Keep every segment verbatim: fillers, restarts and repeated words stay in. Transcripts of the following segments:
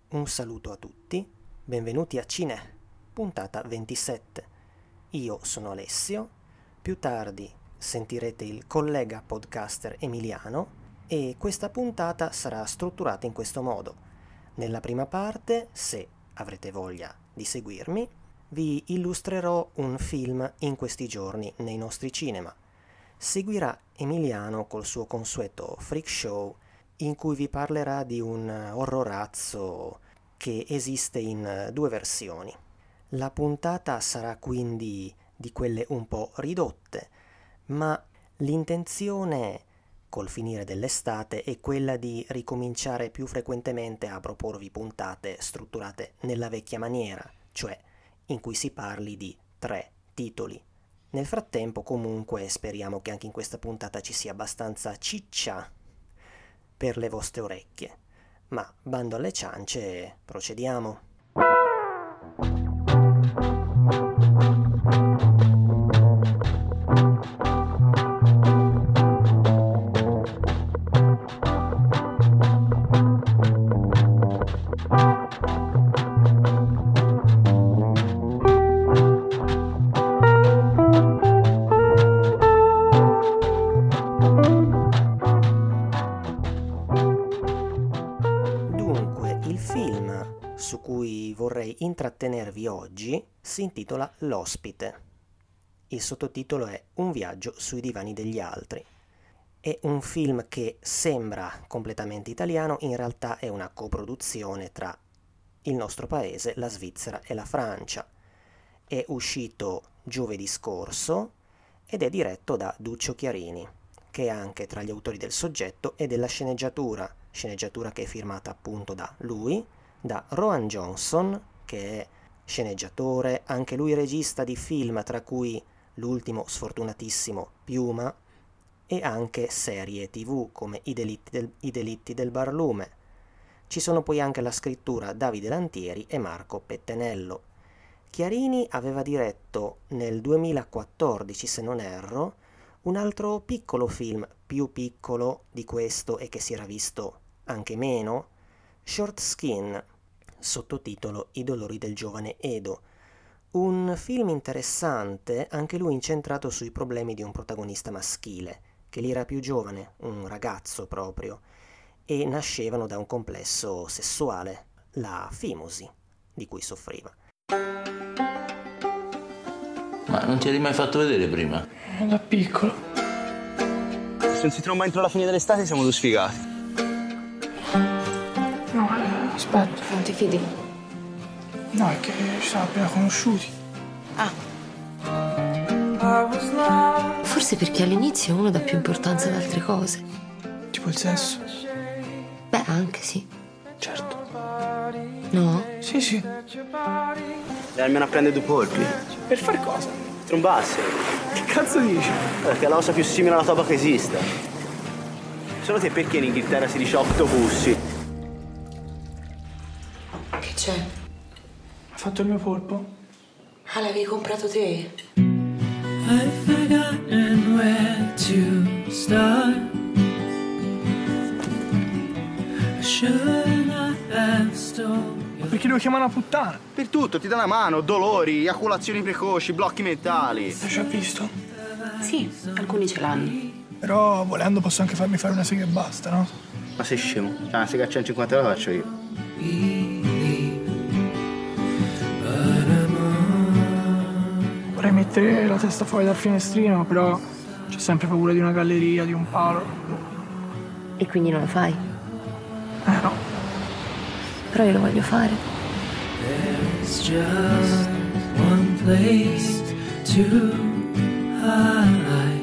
Un saluto a tutti, benvenuti a Cine, puntata ventisette. Io sono Alessio, più tardi sentirete il collega podcaster Emiliano e questa puntata sarà strutturata in questo modo. Nella prima parte, se avrete voglia di seguirmi, vi illustrerò un film in questi giorni nei nostri cinema. Seguirà Emiliano col suo consueto freak show in cui vi parlerà di un horrorazzo che esiste in due versioni. La puntata sarà quindi di quelle un po' ridotte, ma l'intenzione col finire dell'estate è quella di ricominciare più frequentemente a proporvi puntate strutturate nella vecchia maniera, cioè in cui si parli di tre titoli. Nel frattempo, comunque, speriamo che anche in questa puntata ci sia abbastanza ciccia per le vostre orecchie. Ma bando alle ciance, procediamo. Su cui vorrei intrattenervi oggi si intitola L'ospite. Il sottotitolo è Un viaggio sui divani degli altri. È un film che sembra completamente italiano, in realtà è una coproduzione tra il nostro paese, la Svizzera e la Francia. È uscito giovedì scorso ed è diretto da Duccio Chiarini, che è anche tra gli autori del soggetto e della sceneggiatura, sceneggiatura che è firmata appunto da lui, da Rowan Johnson, che è sceneggiatore, anche lui regista di film, tra cui l'ultimo sfortunatissimo Piuma, e anche serie tv come I delitti del, I delitti del barlume. Ci sono poi anche la scrittura Davide Lantieri e Marco Pettenello. Chiarini aveva diretto nel duemilaquattordici, se non erro, un altro piccolo film, più piccolo di questo e che si era visto anche meno, Short Skin, sottotitolo I dolori del giovane Edo. Un film interessante, anche lui incentrato sui problemi di un protagonista maschile, che lì era più giovane, un ragazzo proprio, e nascevano da un complesso sessuale, la fimosi, di cui soffriva. Ma non ti eri mai fatto vedere prima? Da piccolo. Se non si tromba entro la fine dell'estate siamo due sfigati. No, eh, aspetta. Non ti fidi? No, è che ci siamo appena conosciuti. Ah. Forse perché all'inizio uno dà più importanza ad altre cose. Tipo il sesso? Beh, anche sì. Certo. No? Sì, sì. Devi almeno apprendere due colpi. Per far cosa? Trombasse. Che cazzo dici? Perché è la cosa più simile alla topa che esista. Secondo te perché in Inghilterra si dice octopussi? Che c'è? Hai fatto il mio polpo? Ah, l'avevi comprato te? I've forgotten where to start. I should not have stolen. Ma perché devo chiamare una puttana? Per tutto, ti dà una mano, dolori, eiaculazioni precoci, blocchi mentali. Hai già visto? Sì, alcuni ce l'hanno. Però volendo posso anche farmi fare una sega e basta, no? Ma sei scemo? Cioè, una sega a centocinquanta euro la faccio io. Vorrei mettere la testa fuori dal finestrino, però c'ho sempre paura di una galleria, di un palo. E quindi non lo fai? Eh no. Però io lo voglio fare. There's just one place to hide.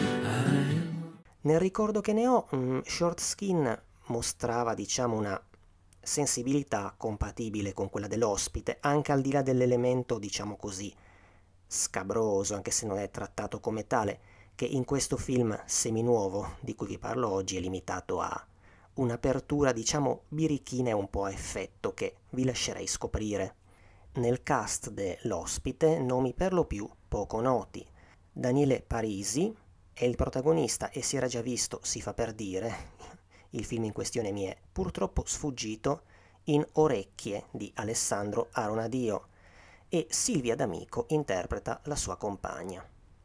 Nel ricordo che ne ho, um, Short Skin mostrava, diciamo, una sensibilità compatibile con quella dell'ospite, anche al di là dell'elemento, diciamo così, scabroso, anche se non è trattato come tale, che in questo film seminuovo di cui vi parlo oggi è limitato a un'apertura, diciamo, birichina e un po' a effetto che vi lascerei scoprire. Nel cast dell'ospite nomi per lo più poco noti. Daniele Parisi è il protagonista e si era già visto, si fa per dire, il film in questione mi è purtroppo sfuggito in Orecchie di Alessandro Aronadio e Silvia D'Amico interpreta la sua compagna.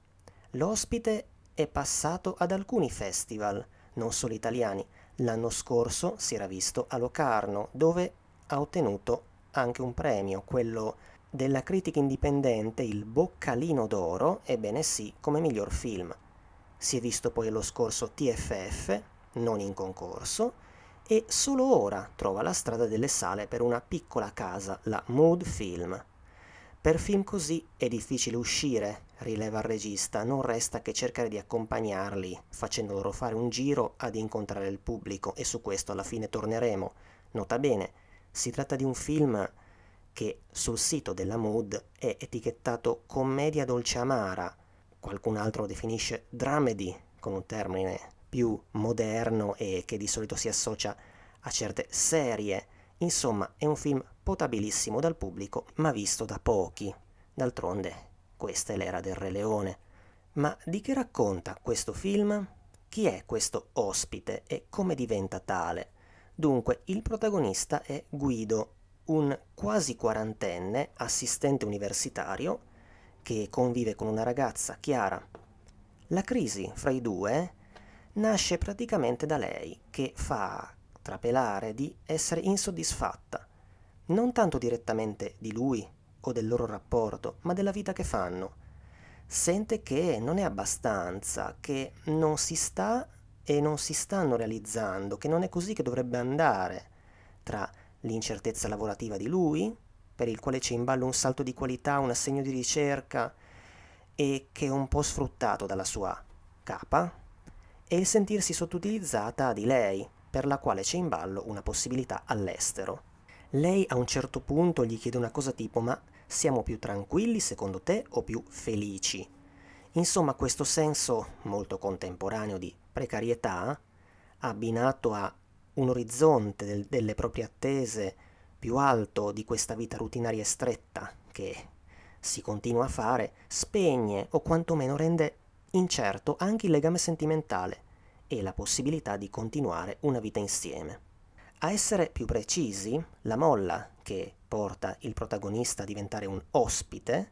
L'ospite è passato ad alcuni festival, non solo italiani. L'anno scorso si era visto a Locarno, dove ha ottenuto anche un premio, quello della critica indipendente, il Boccalino d'Oro, ebbene sì, come miglior film. Si è visto poi lo scorso T F F, non in concorso, e solo ora trova la strada delle sale per una piccola casa, la Mood Film. Per film così è difficile uscire, rileva il regista, non resta che cercare di accompagnarli, facendo loro fare un giro ad incontrare il pubblico, e su questo alla fine torneremo. Nota bene, si tratta di un film che sul sito della Mood è etichettato commedia dolce amara, qualcun altro lo definisce dramedy, con un termine più moderno e che di solito si associa a certe serie. Insomma, è un film potabilissimo dal pubblico, ma visto da pochi. D'altronde, questa è l'era del Re Leone. Ma di che racconta questo film? Chi è questo ospite e come diventa tale? Dunque, il protagonista è Guido, un quasi quarantenne assistente universitario che convive con una ragazza, Chiara. La crisi fra i due nasce praticamente da lei, che fa trapelare di essere insoddisfatta, non tanto direttamente di lui o del loro rapporto, ma della vita che fanno. Sente che non è abbastanza, che non si sta e non si stanno realizzando, che non è così che dovrebbe andare, tra l'incertezza lavorativa di lui, per il quale c'è in ballo un salto di qualità, un assegno di ricerca, e che è un po' sfruttato dalla sua capa, e il sentirsi sottoutilizzata di lei, per la quale c'è in ballo una possibilità all'estero. Lei a un certo punto gli chiede una cosa tipo: ma siamo più tranquilli secondo te o più felici? Insomma, questo senso molto contemporaneo di precarietà, abbinato a un orizzonte del, delle proprie attese più alto di questa vita rutinaria e stretta che si continua a fare, spegne o quantomeno rende incerto anche il legame sentimentale e la possibilità di continuare una vita insieme. A essere più precisi, la molla che porta il protagonista a diventare un ospite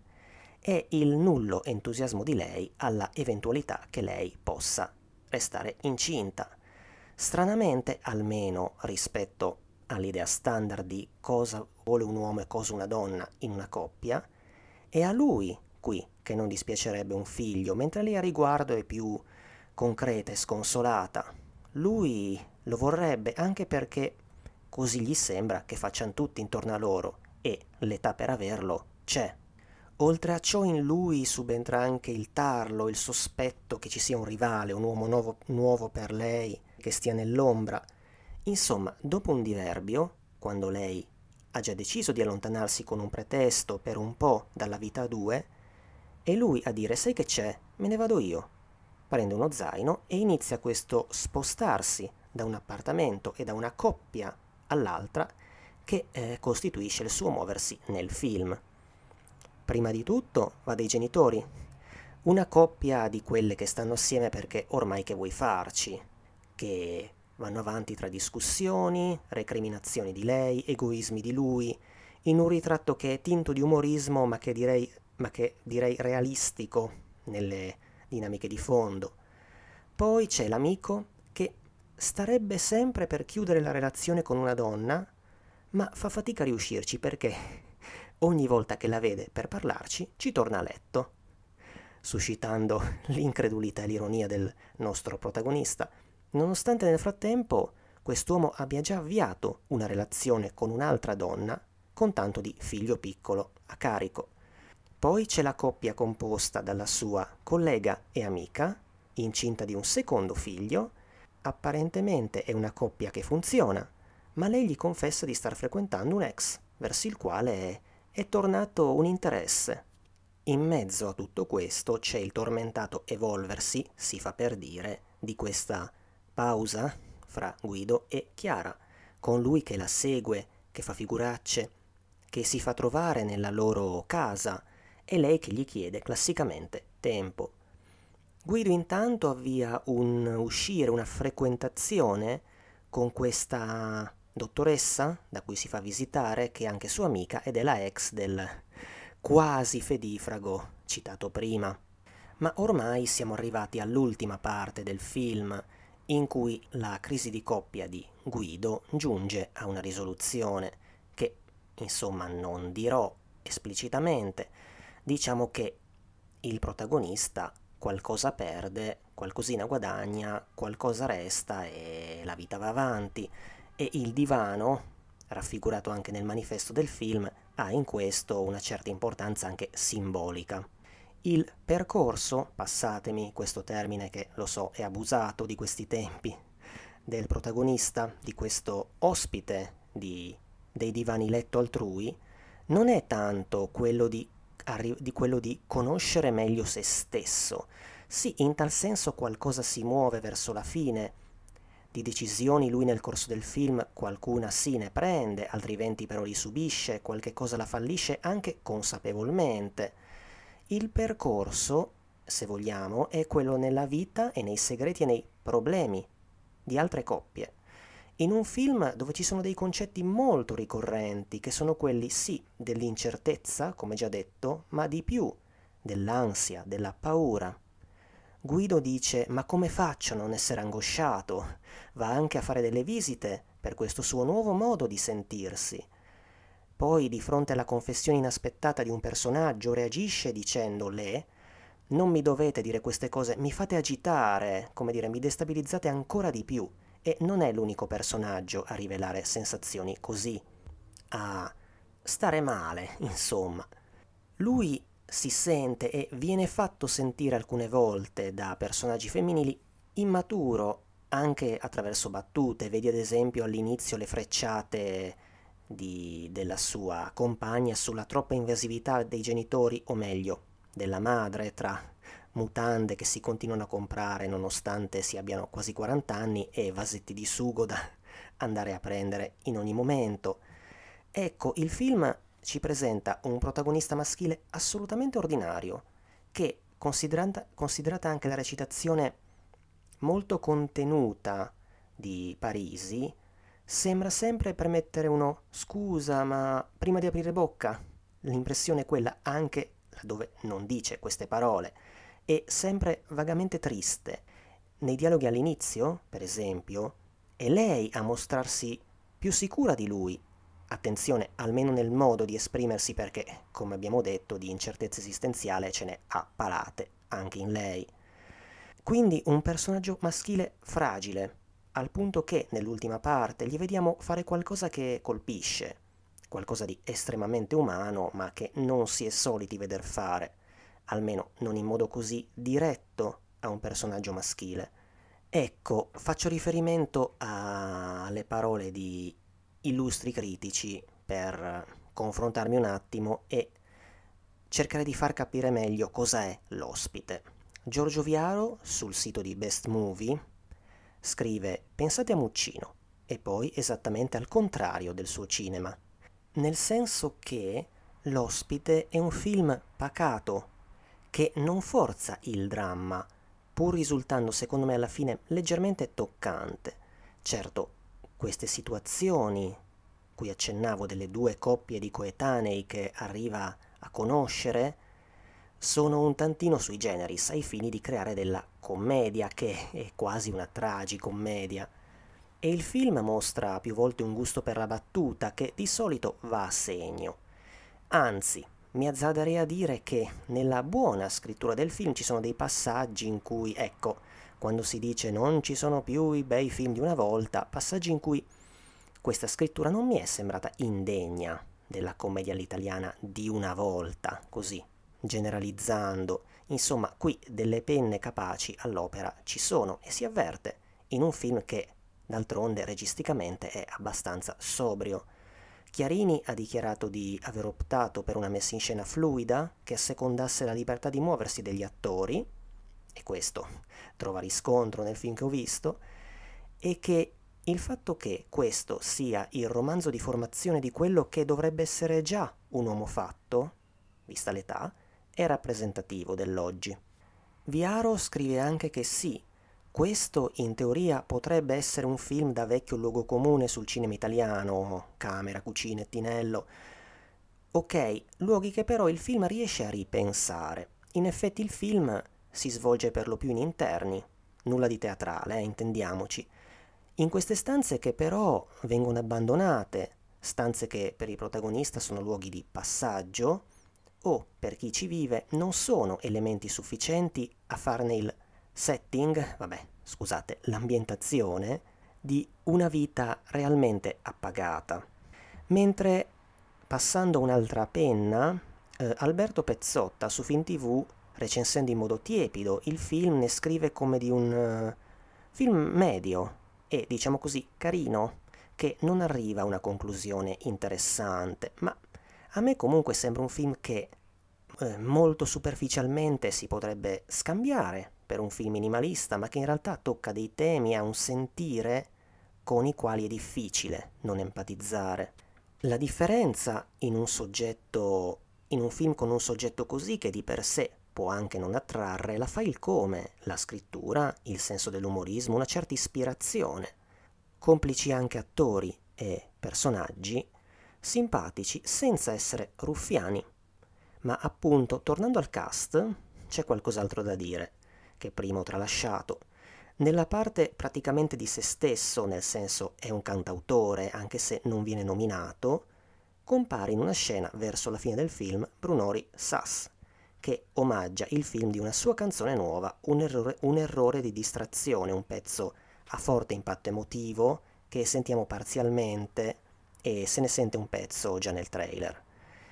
è il nullo entusiasmo di lei alla eventualità che lei possa restare incinta. Stranamente, almeno rispetto all'idea standard di cosa vuole un uomo e cosa una donna in una coppia, è a lui qui che non dispiacerebbe un figlio, mentre lei a riguardo è più concreta e sconsolata. Lui lo vorrebbe anche perché così gli sembra che facciano tutti intorno a loro e l'età per averlo c'è. Oltre a ciò in lui subentra anche il tarlo, il sospetto che ci sia un rivale, un uomo nuovo, nuovo per lei, che stia nell'ombra. Insomma, dopo un diverbio, quando lei ha già deciso di allontanarsi con un pretesto per un po' dalla vita a due, è lui a dire: sai che c'è? Me ne vado io. Prende uno zaino e inizia questo spostarsi da un appartamento e da una coppia all'altra che eh, costituisce il suo muoversi nel film. Prima di tutto va dai genitori, una coppia di quelle che stanno assieme perché ormai che vuoi farci, che vanno avanti tra discussioni, recriminazioni di lei, egoismi di lui, in un ritratto che è tinto di umorismo ma che direi, ma che direi realistico nelle dinamiche di fondo. Poi c'è l'amico che starebbe sempre per chiudere la relazione con una donna, ma fa fatica a riuscirci perché ogni volta che la vede per parlarci ci torna a letto, suscitando l'incredulità e l'ironia del nostro protagonista, nonostante nel frattempo quest'uomo abbia già avviato una relazione con un'altra donna con tanto di figlio piccolo a carico. Poi c'è la coppia composta dalla sua collega e amica, incinta di un secondo figlio. Apparentemente è una coppia che funziona, ma lei gli confessa di star frequentando un ex, verso il quale è, è tornato un interesse. In mezzo a tutto questo c'è il tormentato evolversi, si fa per dire, di questa pausa fra Guido e Chiara, con lui che la segue, che fa figuracce, che si fa trovare nella loro casa, e lei che gli chiede classicamente tempo. Guido intanto avvia un uscire, una frequentazione con questa dottoressa da cui si fa visitare, che è anche sua amica ed è la ex del quasi fedifrago citato prima. Ma ormai siamo arrivati all'ultima parte del film, in cui la crisi di coppia di Guido giunge a una risoluzione che, insomma, non dirò esplicitamente. Diciamo che il protagonista qualcosa perde, qualcosina guadagna, qualcosa resta e la vita va avanti. E il divano, raffigurato anche nel manifesto del film, ha in questo una certa importanza anche simbolica. Il percorso, passatemi questo termine che lo so è abusato di questi tempi, del protagonista, di questo ospite di, dei divani letto altrui, non è tanto quello di, di quello di conoscere meglio se stesso. Sì, in tal senso qualcosa si muove verso la fine. Di decisioni lui nel corso del film qualcuna sì ne prende, altrimenti però li subisce, qualche cosa la fallisce anche consapevolmente. Il percorso, se vogliamo, è quello nella vita e nei segreti e nei problemi di altre coppie. In un film dove ci sono dei concetti molto ricorrenti, che sono quelli sì dell'incertezza, come già detto, ma di più dell'ansia, della paura. Guido dice: ma come faccio a non essere angosciato? Va anche a fare delle visite per questo suo nuovo modo di sentirsi. Poi, di fronte alla confessione inaspettata di un personaggio, reagisce dicendole: non mi dovete dire queste cose, mi fate agitare, come dire, mi destabilizzate ancora di più. E non è l'unico personaggio a rivelare sensazioni così, a stare male, insomma. Lui si sente e viene fatto sentire alcune volte da personaggi femminili immaturo, anche attraverso battute. Vedi ad esempio all'inizio le frecciate di, della sua compagna sulla troppa invasività dei genitori, o meglio, della madre, tra mutande che si continuano a comprare nonostante si abbiano quasi quaranta anni e vasetti di sugo da andare a prendere in ogni momento. Ecco, il film ci presenta un protagonista maschile assolutamente ordinario, che, considerata, considerata anche la recitazione molto contenuta di Parisi, sembra sempre permettere uno «scusa, ma prima di aprire bocca». L'impressione è quella, anche laddove non dice queste parole, è sempre vagamente triste. Nei dialoghi all'inizio, per esempio, è lei a mostrarsi più sicura di lui. Attenzione, almeno nel modo di esprimersi, perché, come abbiamo detto, di incertezza esistenziale ce n'è a palate, anche in lei. Quindi un personaggio maschile fragile, al punto che nell'ultima parte gli vediamo fare qualcosa che colpisce, qualcosa di estremamente umano, ma che non si è soliti veder fare, almeno non in modo così diretto a un personaggio maschile. Ecco, faccio riferimento alle parole di illustri critici per confrontarmi un attimo e cercare di far capire meglio cosa è L'ospite. Giorgio Viaro, sul sito di Best Movie, scrive: pensate a Muccino, e poi esattamente al contrario del suo cinema, nel senso che L'ospite è un film pacato, che non forza il dramma, pur risultando secondo me alla fine leggermente toccante. Certo, queste situazioni, cui accennavo, delle due coppie di coetanei che arriva a conoscere, sono un tantino sui generis ai fini di creare della commedia, che è quasi una tragicommedia. E il film mostra più volte un gusto per la battuta che di solito va a segno. Anzi, mi azzarderei a dire che nella buona scrittura del film ci sono dei passaggi in cui, ecco, quando si dice non ci sono più i bei film di una volta, passaggi in cui questa scrittura non mi è sembrata indegna della commedia all'italiana di una volta, così, generalizzando. Insomma, qui delle penne capaci all'opera ci sono e si avverte in un film che, d'altronde, registicamente è abbastanza sobrio. Chiarini ha dichiarato di aver optato per una messa in scena fluida che assecondasse la libertà di muoversi degli attori, e questo trova riscontro nel film che ho visto, e che il fatto che questo sia il romanzo di formazione di quello che dovrebbe essere già un uomo fatto, vista l'età, è rappresentativo dell'oggi. Viaro scrive anche che sì, questo in teoria potrebbe essere un film da vecchio luogo comune sul cinema italiano, camera, cucina e tinello. Ok, luoghi che però il film riesce a ripensare. In effetti il film si svolge per lo più in interni, nulla di teatrale, eh, intendiamoci. In queste stanze che però vengono abbandonate, stanze che per il protagonista sono luoghi di passaggio, o per chi ci vive non sono elementi sufficienti a farne il setting, vabbè, scusate, l'ambientazione di una vita realmente appagata. Mentre, passando un'altra penna, eh, Alberto Pezzotta su FilmTV, recensendo in modo tiepido il film, ne scrive come di un uh, film medio e, diciamo così, carino, che non arriva a una conclusione interessante, ma a me comunque sembra un film che eh, molto superficialmente si potrebbe scambiare per un film minimalista, ma che in realtà tocca dei temi, ha un sentire con i quali è difficile non empatizzare. La differenza in un soggetto, in un film con un soggetto così, che di per sé può anche non attrarre, la fa il come, la scrittura, il senso dell'umorismo, una certa ispirazione, complici anche attori e personaggi simpatici senza essere ruffiani. Ma appunto, tornando al cast, c'è qualcos'altro da dire, che prima ho tralasciato. Nella parte praticamente di se stesso, nel senso è un cantautore, anche se non viene nominato, compare in una scena verso la fine del film Brunori Sass, che omaggia il film di una sua canzone nuova, un errore, un errore di distrazione, un pezzo a forte impatto emotivo che sentiamo parzialmente e se ne sente un pezzo già nel trailer.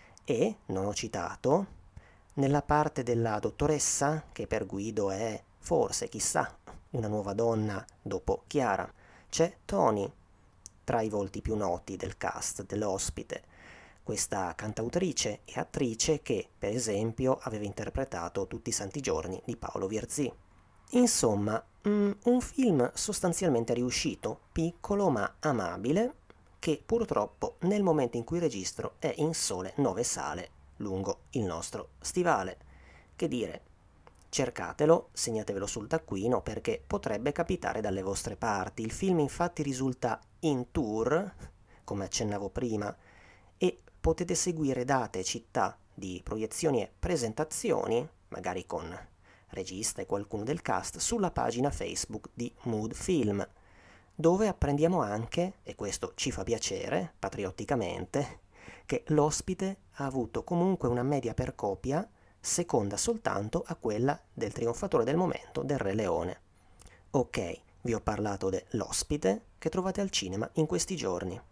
E, non ho citato, nella parte della dottoressa, che per Guido è, forse, chissà, una nuova donna dopo Chiara, c'è Toni, tra i volti più noti del cast dell'Ospite, questa cantautrice e attrice che, per esempio, aveva interpretato Tutti i santi giorni di Paolo Virzì. Insomma, mm, un film sostanzialmente riuscito, piccolo ma amabile, che purtroppo nel momento in cui registro è in sole nove sale lungo il nostro stivale. Che dire, cercatelo, segnatevelo sul taccuino perché potrebbe capitare dalle vostre parti. Il film infatti risulta in tour, come accennavo prima, e potete seguire date e città di proiezioni e presentazioni, magari con regista e qualcuno del cast, sulla pagina Facebook di Mood Film, dove apprendiamo anche, e questo ci fa piacere, patriotticamente, che l'Ospite ha avuto comunque una media per copia seconda soltanto a quella del trionfatore del momento, del Re Leone. Ok, vi ho parlato dell'Ospite che trovate al cinema in questi giorni.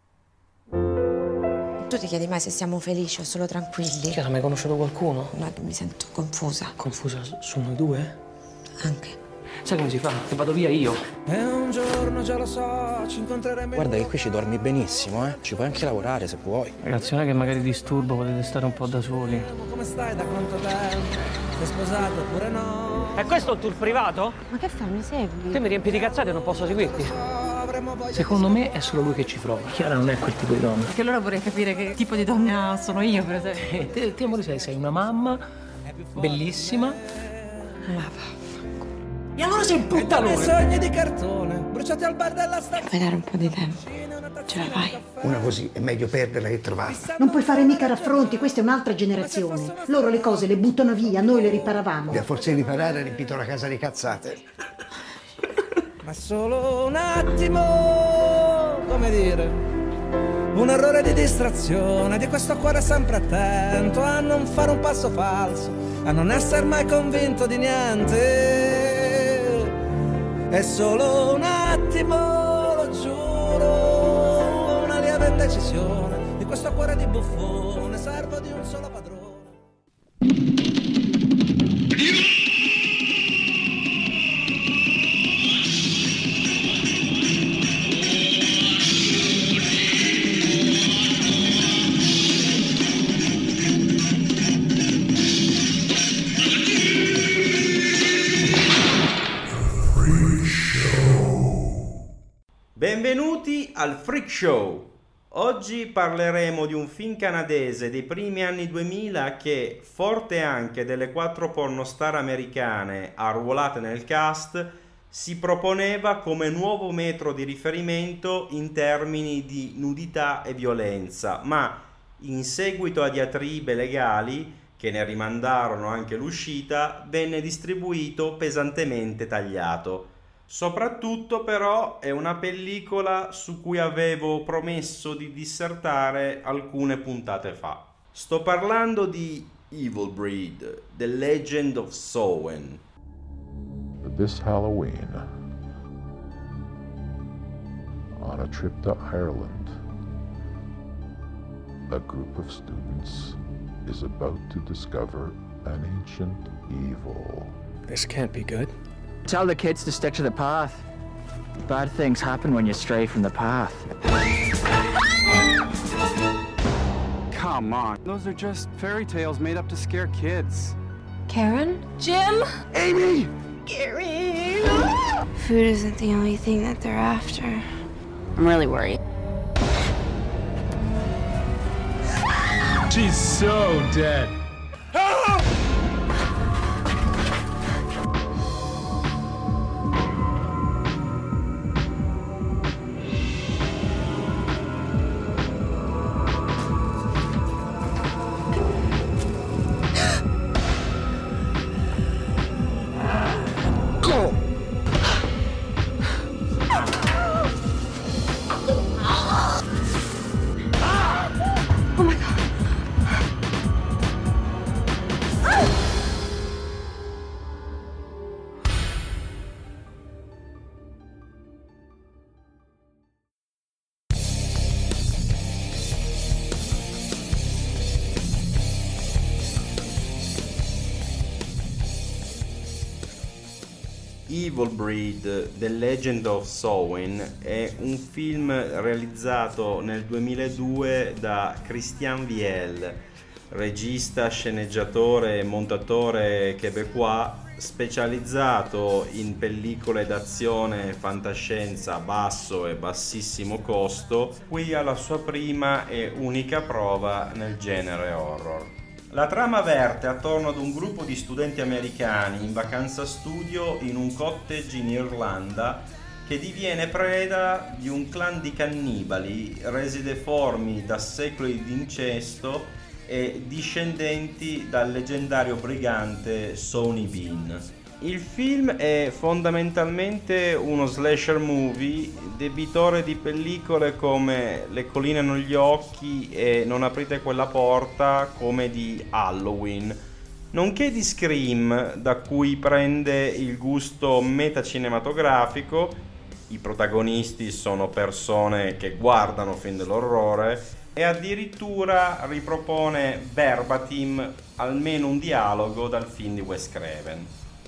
Tu ti chiedi mai se siamo felici o solo tranquilli? Che, hai mai conosciuto qualcuno? No, mi sento confusa. Confusa su noi due? Anche. Sai come si fa? Che vado via io. E un giorno già lo so, ci incontreremo. Guarda che qui ci dormi benissimo, eh? Ci puoi anche lavorare se vuoi. Ragazzi, non è che magari disturbo, potete stare un po' da soli. Come stai, da quanto tempo? Sei sposato oppure no? E questo è il tour privato? Ma che fai, mi segui? Te mi riempi di cazzate e non posso seguirti. Secondo me è solo lui che ci prova. Chiara non è quel tipo di donna. Perché allora vorrei capire che tipo di donna sono io, per esempio. Eh, te, te amore, sei, sei una mamma bellissima. Ma va. E allora sei un puttanone. Sogni di cartone, bruciati al bar della stazione. Puoi dare un po' di tempo. Ce la fai? Una così è meglio perderla che trovarla. Non puoi fare mica raffronti, questa è un'altra generazione. Loro le cose le buttano via, noi le riparavamo. E a forza di riparare ha riempito la casa di cazzate. Ma solo un attimo, come dire, un errore di distrazione di questo cuore sempre attento a non fare un passo falso, a non essere mai convinto di niente. È solo un attimo, lo giuro, una lieve indecisione di questo cuore di buffone, servo di un solo padrone. Benvenuti al Freak Show. Oggi parleremo di un film canadese dei primi anni duemila che, forte anche delle quattro pornostar americane arruolate nel cast, si proponeva come nuovo metro di riferimento in termini di nudità e violenza, ma in seguito a diatribe legali che ne rimandarono anche l'uscita, venne distribuito pesantemente tagliato. Soprattutto però è una pellicola su cui avevo promesso di dissertare alcune puntate fa. Sto parlando di Evil Breed, The Legend of Samhain. This Halloween, on a trip to Ireland, a group of students is about to discover an ancient evil. This can't be good. Tell the kids to stick to the path. Bad things happen when you stray from the path. Come on, those are just fairy tales made up to scare kids. Karen? Jim? Amy! Gary! Food isn't the only thing that they're after. I'm really worried. She's so dead. Evil Breed, The Legend of Samhain è un film realizzato nel duemiladue da Christian Viel, regista, sceneggiatore e montatore québécois, specializzato in pellicole d'azione e fantascienza a basso e bassissimo costo, qui alla sua prima e unica prova nel genere horror. La trama verte attorno ad un gruppo di studenti americani in vacanza studio in un cottage in Irlanda che diviene preda di un clan di cannibali resi deformi da secoli di incesto e discendenti dal leggendario brigante Sonny Bean. Il film è fondamentalmente uno slasher movie, debitore di pellicole come Le colline hanno gli occhi e Non aprite quella porta, come di Halloween, nonché di Scream, da cui prende il gusto metacinematografico. I protagonisti sono persone che guardano film dell'orrore e addirittura ripropone verbatim almeno un dialogo dal film di Wes Craven.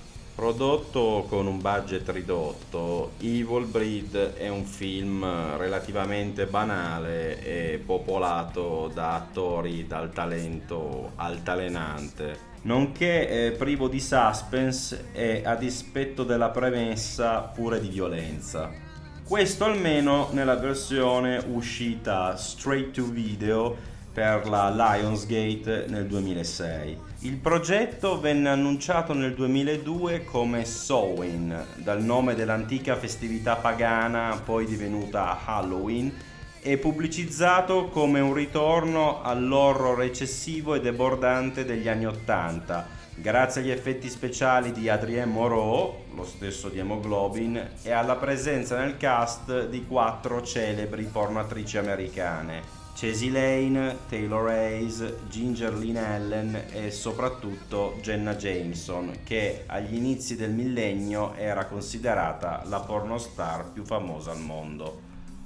Prodotto con un budget ridotto, Evil Breed è un film relativamente banale e popolato da attori dal talento altalenante, nonché eh, privo di suspense e, a dispetto della premessa, pure di violenza. Questo almeno nella versione uscita straight to video per la Lionsgate nel duemilasei. Il progetto venne annunciato nel duemiladue come Samhain, dal nome dell'antica festività pagana poi divenuta Halloween, e pubblicizzato come un ritorno all'horror eccessivo e debordante degli anni Ottanta, grazie agli effetti speciali di Adrien Moreau, lo stesso di Hemoglobin, e alla presenza nel cast di quattro celebri pornoattrici americane: Chasey Lane, Taylor Hayes, Ginger Lynn Allen e soprattutto Jenna Jameson, che agli inizi del millennio era considerata la pornostar più famosa al mondo.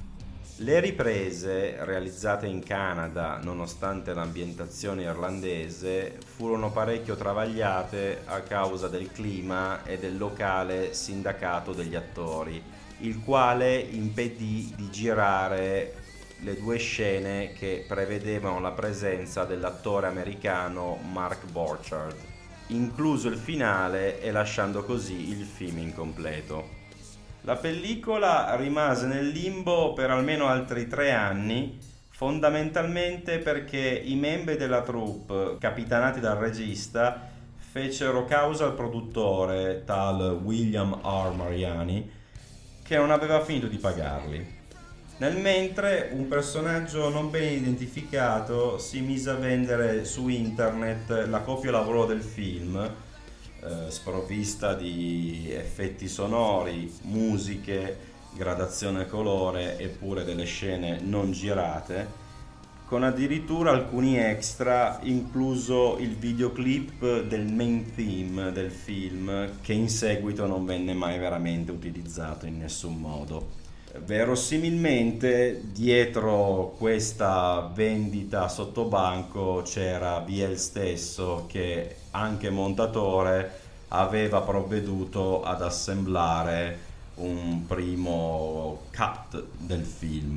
Le riprese, realizzate in Canada nonostante l'ambientazione irlandese, furono parecchio travagliate a causa del clima e del locale sindacato degli attori, il quale impedì di girare le due scene che prevedevano la presenza dell'attore americano Mark Borchardt, incluso il finale, e lasciando così il film incompleto. La pellicola rimase nel limbo per almeno altri tre anni, fondamentalmente perché i membri della troupe, capitanati dal regista, fecero causa al produttore, tal William R. Mariani, che non aveva finito di pagarli. Nel mentre un personaggio non ben identificato si mise a vendere su internet la copia lavoro del film, eh, sprovvista di effetti sonori, musiche, gradazione colore e pure delle scene non girate, con addirittura alcuni extra, incluso il videoclip del main theme del film, che in seguito non venne mai veramente utilizzato in nessun modo. Verosimilmente dietro questa vendita sottobanco c'era Viel stesso, che anche montatore aveva provveduto ad assemblare un primo cut del film.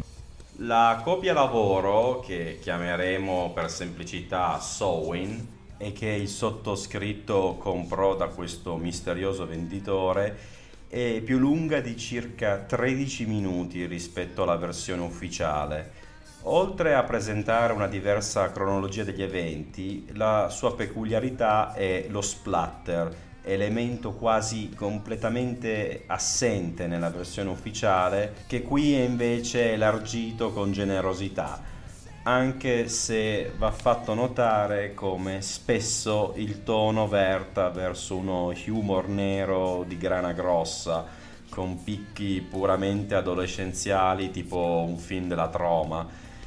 La copia lavoro, che chiameremo per semplicità Sowin e che il sottoscritto comprò da questo misterioso venditore, è più lunga di circa tredici minuti rispetto alla versione ufficiale. Oltre a presentare una diversa cronologia degli eventi, la sua peculiarità è lo splatter, elemento quasi completamente assente nella versione ufficiale, che qui è invece elargito con generosità, anche se va fatto notare come spesso il tono verta verso uno humor nero di grana grossa, con picchi puramente adolescenziali tipo un film della Troma,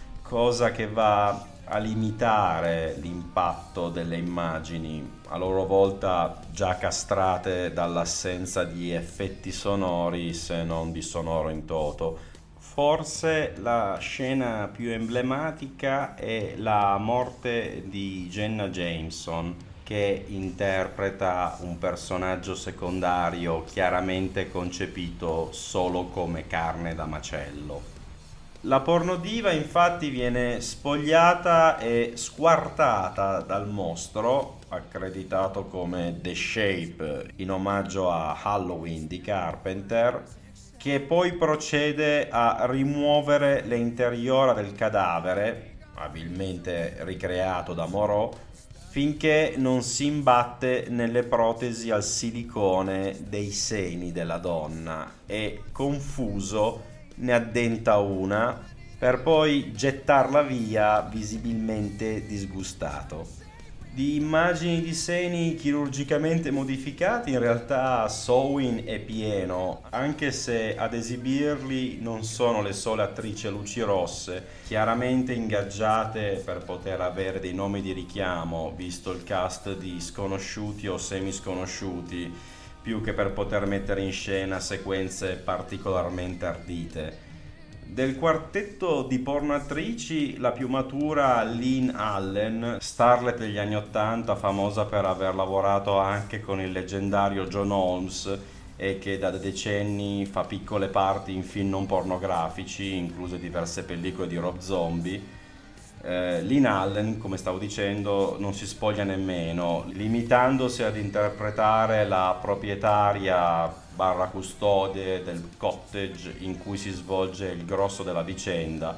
cosa che va a limitare l'impatto delle immagini, a loro volta già castrate dall'assenza di effetti sonori, se non di sonoro in toto. Forse la scena più emblematica è la morte di Jenna Jameson, che interpreta un personaggio secondario chiaramente concepito solo come carne da macello. La pornodiva infatti viene spogliata e squartata dal mostro, accreditato come The Shape in omaggio a Halloween di Carpenter, che poi procede a rimuovere le interiora del cadavere, abilmente ricreato da Moreau, finché non si imbatte nelle protesi al silicone dei seni della donna e, confuso, ne addenta una per poi gettarla via visibilmente disgustato. Di immagini di seni chirurgicamente modificati in realtà Sowin è pieno, anche se ad esibirli non sono le sole attrici a luci rosse, chiaramente ingaggiate per poter avere dei nomi di richiamo, visto il cast di sconosciuti o semisconosciuti, più che per poter mettere in scena sequenze particolarmente ardite. Del quartetto di pornoattrici, la più matura Lynn Allen, starlet degli anni ottanta, famosa per aver lavorato anche con il leggendario John Holmes e che da decenni fa piccole parti in film non pornografici, incluse diverse pellicole di Rob Zombie. Eh, Lynn Allen, come stavo dicendo, non si spoglia nemmeno, limitandosi ad interpretare la proprietaria barra custode del cottage in cui si svolge il grosso della vicenda,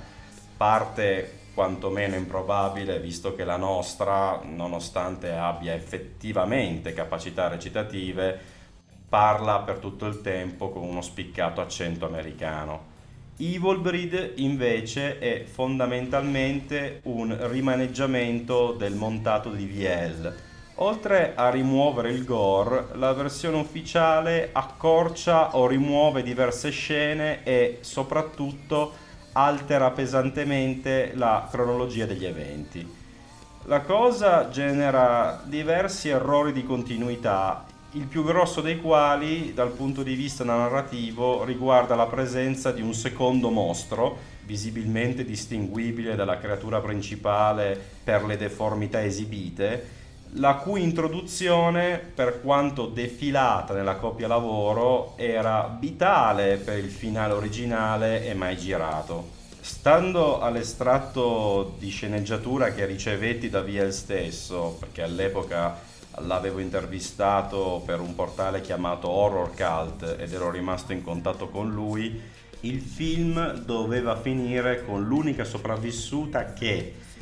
parte quantomeno improbabile visto che la nostra, nonostante abbia effettivamente capacità recitative, parla per tutto il tempo con uno spiccato accento americano. Evil Breed invece è fondamentalmente un rimaneggiamento del montato di Viel. Oltre a rimuovere il gore, la versione ufficiale accorcia o rimuove diverse scene e soprattutto altera pesantemente la cronologia degli eventi. La cosa genera diversi errori di continuità, il più grosso dei quali, dal punto di vista narrativo, riguarda la presenza di un secondo mostro, visibilmente distinguibile dalla creatura principale per le deformità esibite, la cui introduzione, per quanto defilata nella copia lavoro, era vitale per il finale originale e mai girato. Stando all'estratto di sceneggiatura che ricevetti da Viel stesso, perché all'epoca l'avevo intervistato per un portale chiamato Horror Cult ed ero rimasto in contatto con lui, il film doveva finire con l'unica sopravvissuta che,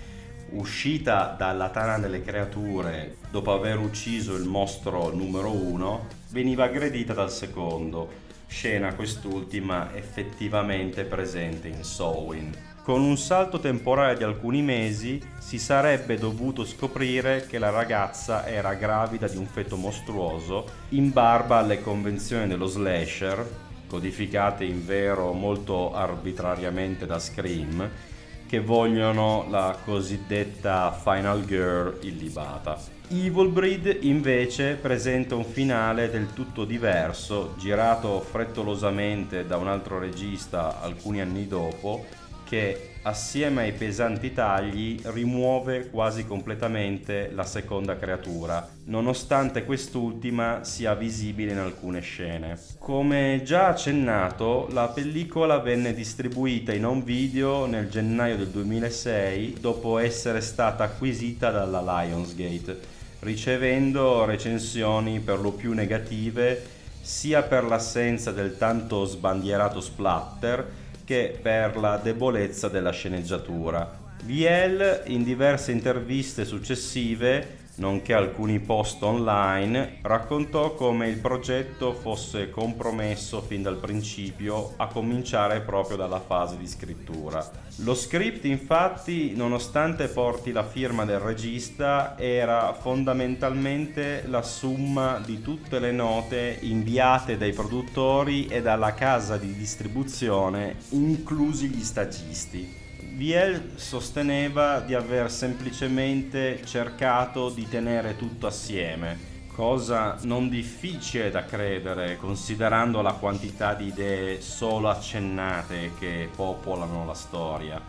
uscita dalla tana delle creature dopo aver ucciso il mostro numero uno, veniva aggredita dal secondo, scena quest'ultima effettivamente presente in Samhain. Con un salto temporale di alcuni mesi si sarebbe dovuto scoprire che la ragazza era gravida di un feto mostruoso, in barba alle convenzioni dello slasher, codificate in vero molto arbitrariamente da Scream, che vogliono la cosiddetta Final Girl illibata. Evil Breed invece presenta un finale del tutto diverso, girato frettolosamente da un altro regista alcuni anni dopo, che assieme ai pesanti tagli rimuove quasi completamente la seconda creatura, nonostante quest'ultima sia visibile in alcune scene. Come già accennato, la pellicola venne distribuita in home video nel gennaio del duemilasei dopo essere stata acquisita dalla Lionsgate, ricevendo recensioni per lo più negative sia per l'assenza del tanto sbandierato splatter che per la debolezza della sceneggiatura. Viel, in diverse interviste successive, nonché alcuni post online, raccontò come il progetto fosse compromesso fin dal principio, a cominciare proprio dalla fase di scrittura. Lo script, infatti, nonostante porti la firma del regista, era fondamentalmente la somma di tutte le note inviate dai produttori e dalla casa di distribuzione, inclusi gli stagisti. Viel sosteneva di aver semplicemente cercato di tenere tutto assieme, cosa non difficile da credere considerando la quantità di idee solo accennate che popolano la storia,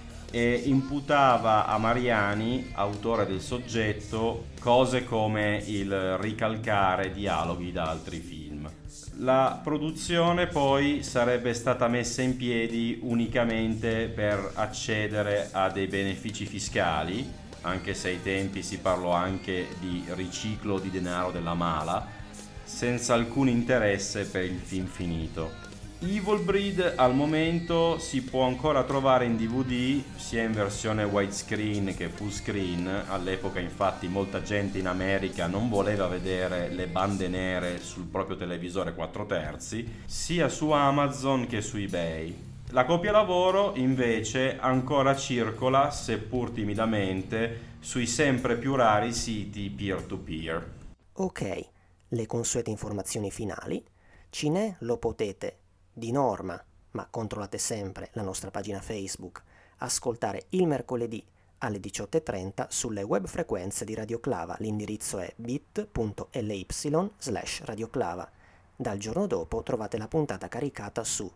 e imputava a Mariani, autore del soggetto, cose come il ricalcare dialoghi da altri film. La produzione poi sarebbe stata messa in piedi unicamente per accedere a dei benefici fiscali, anche se ai tempi si parlò anche di riciclo di denaro della mala, senza alcun interesse per il film finito. Evil Breed al momento si può ancora trovare in D V D sia in versione widescreen che full screen. All'epoca infatti molta gente in America non voleva vedere le bande nere sul proprio televisore quattro terzi, sia su Amazon che su eBay. La copia lavoro invece ancora circola, seppur timidamente, sui sempre più rari siti peer-to-peer. Ok, le consuete informazioni finali. Cinè lo potete di norma, ma controllate sempre la nostra pagina Facebook, ascoltare il mercoledì alle diciotto e trenta sulle web frequenze di Radioclava. L'indirizzo è bit.ly slash radioclava. Dal giorno dopo trovate la puntata caricata su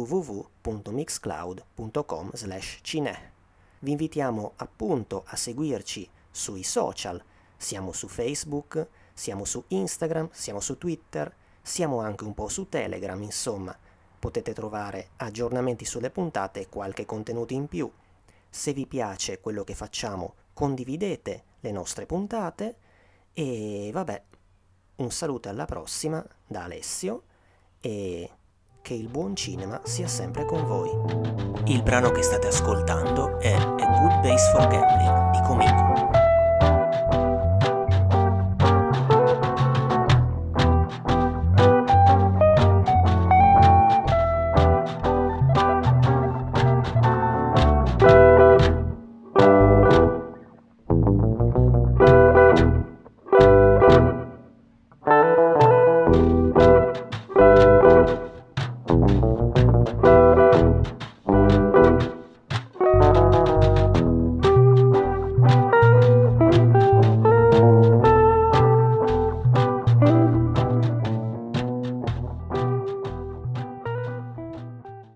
www.mixcloud.com slash cinè. Vi invitiamo appunto a seguirci sui social. Siamo su Facebook, siamo su Instagram, siamo su Twitter, siamo anche un po' su Telegram, insomma. Potete trovare aggiornamenti sulle puntate e qualche contenuto in più. Se vi piace quello che facciamo, condividete le nostre puntate e vabbè, un saluto alla prossima da Alessio e che il buon cinema sia sempre con voi. Il brano che state ascoltando è A Good Base for Gambling di Comico.